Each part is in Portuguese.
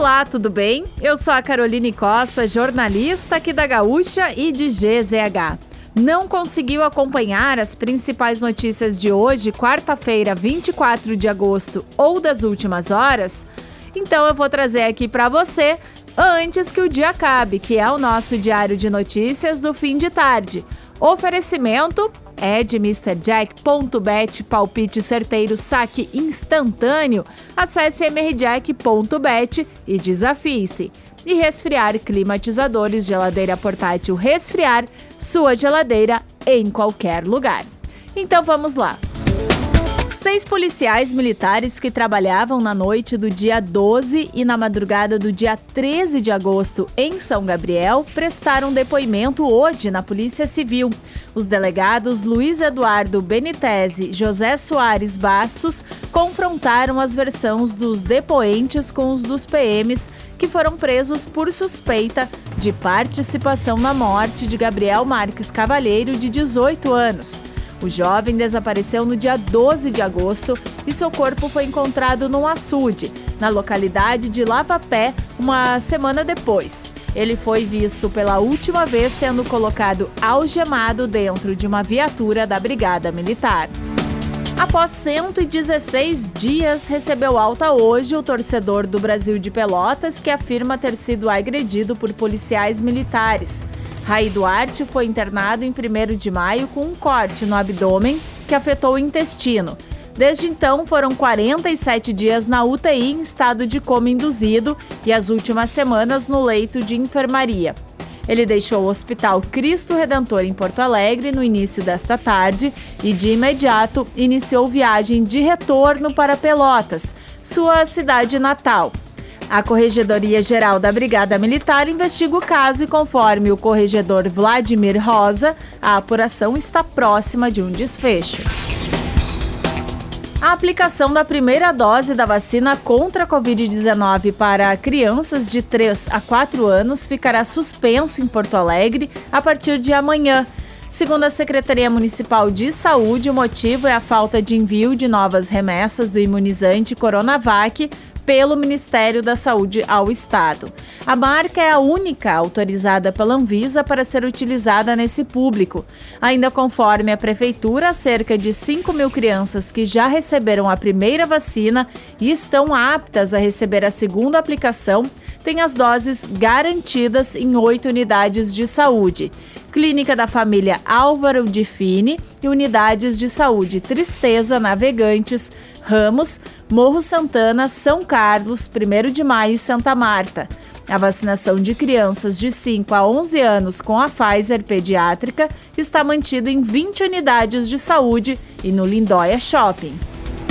Olá, tudo bem? Eu sou a Caroline Costa, jornalista aqui da Gaúcha e de GZH. Não conseguiu acompanhar as principais notícias de hoje, quarta-feira, 24 de agosto, ou das últimas horas? Então eu vou trazer aqui para você antes que o dia acabe, que é o nosso diário de notícias do fim de tarde. Oferecimento é de MrJack.bet, palpite certeiro, saque instantâneo. Acesse mrjack.bet e desafie-se. E Resfriar Climatizadores, geladeira portátil Resfriar, sua geladeira em qualquer lugar. Então vamos lá. 6 policiais militares que trabalhavam na noite do dia 12 e na madrugada do dia 13 de agosto em São Gabriel prestaram depoimento hoje na Polícia Civil. Os delegados Luiz Eduardo Benitese e José Soares Bastos confrontaram as versões dos depoentes com os dos PMs que foram presos por suspeita de participação na morte de Gabriel Marques Cavalheiro, de 18 anos. O jovem desapareceu no dia 12 de agosto e seu corpo foi encontrado num açude, na localidade de Lavapé, uma semana depois. Ele foi visto pela última vez sendo colocado algemado dentro de uma viatura da Brigada Militar. Após 116 dias, recebeu alta hoje o torcedor do Brasil de Pelotas, que afirma ter sido agredido por policiais militares. Rai Duarte foi internado em 1º de maio com um corte no abdômen que afetou o intestino. Desde então, foram 47 dias na UTI em estado de coma induzido e as últimas semanas no leito de enfermaria. Ele deixou o Hospital Cristo Redentor em Porto Alegre no início desta tarde e, de imediato, iniciou viagem de retorno para Pelotas, sua cidade natal. A Corregedoria-Geral da Brigada Militar investiga o caso e, conforme o corregedor Vladimir Rosa, a apuração está próxima de um desfecho. A aplicação da primeira dose da vacina contra a Covid-19 para crianças de 3 a 4 anos ficará suspensa em Porto Alegre a partir de amanhã. Segundo a Secretaria Municipal de Saúde, o motivo é a falta de envio de novas remessas do imunizante Coronavac pelo Ministério da Saúde ao Estado. A marca é a única autorizada pela Anvisa para ser utilizada nesse público. Ainda conforme a Prefeitura, cerca de 5 mil crianças que já receberam a primeira vacina e estão aptas a receber a segunda aplicação têm as doses garantidas em 8 unidades de saúde. Clínica da Família Álvaro de Fini e unidades de saúde Tristeza, Navegantes, Ramos, Morro Santana, São Carlos, 1º de Maio e Santa Marta. A vacinação de crianças de 5 a 11 anos com a Pfizer pediátrica está mantida em 20 unidades de saúde e no Lindóia Shopping.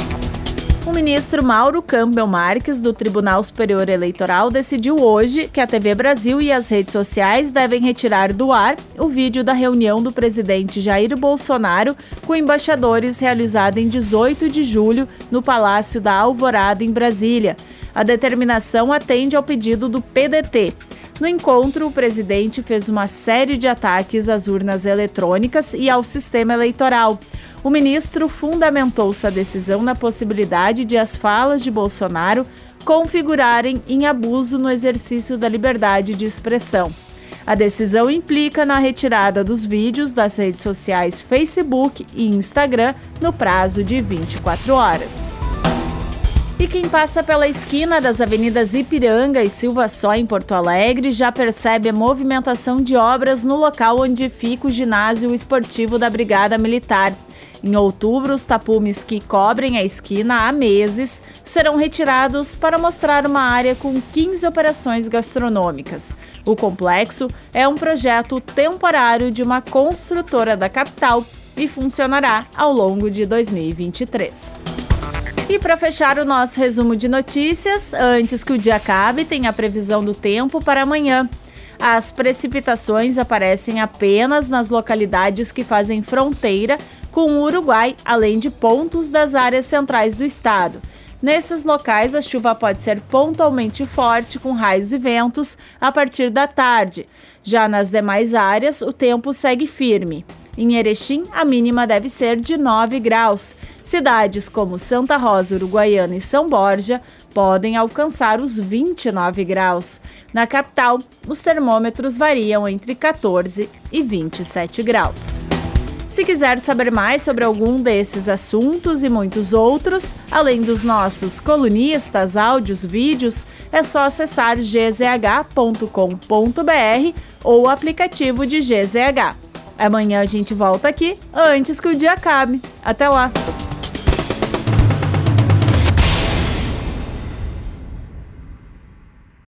O ministro Mauro Campbell Marques, do Tribunal Superior Eleitoral, decidiu hoje que a TV Brasil e as redes sociais devem retirar do ar o vídeo da reunião do presidente Jair Bolsonaro com embaixadores realizada em 18 de julho no Palácio da Alvorada, em Brasília. A determinação atende ao pedido do PDT. No encontro, o presidente fez uma série de ataques às urnas eletrônicas e ao sistema eleitoral. O ministro fundamentou sua decisão na possibilidade de as falas de Bolsonaro configurarem em abuso no exercício da liberdade de expressão. A decisão implica na retirada dos vídeos das redes sociais Facebook e Instagram no prazo de 24 horas. E quem passa pela esquina das avenidas Ipiranga e Silva Só, em Porto Alegre, já percebe a movimentação de obras no local onde fica o ginásio esportivo da Brigada Militar. Em outubro, os tapumes que cobrem a esquina há meses serão retirados para mostrar uma área com 15 operações gastronômicas. O complexo é um projeto temporário de uma construtora da capital e funcionará ao longo de 2023. E para fechar o nosso resumo de notícias, antes que o dia acabe, tem a previsão do tempo para amanhã. As precipitações aparecem apenas nas localidades que fazem fronteira com o Uruguai, além de pontos das áreas centrais do estado. Nesses locais, a chuva pode ser pontualmente forte, com raios e ventos, a partir da tarde. Já nas demais áreas, o tempo segue firme. Em Erechim, a mínima deve ser de 9 graus. Cidades como Santa Rosa, Uruguaiana e São Borja podem alcançar os 29 graus. Na capital, os termômetros variam entre 14 e 27 graus. Se quiser saber mais sobre algum desses assuntos e muitos outros, além dos nossos colunistas, áudios, vídeos, é só acessar gzh.com.br ou o aplicativo de GZH. Amanhã a gente volta aqui antes que o dia acabe. Até lá!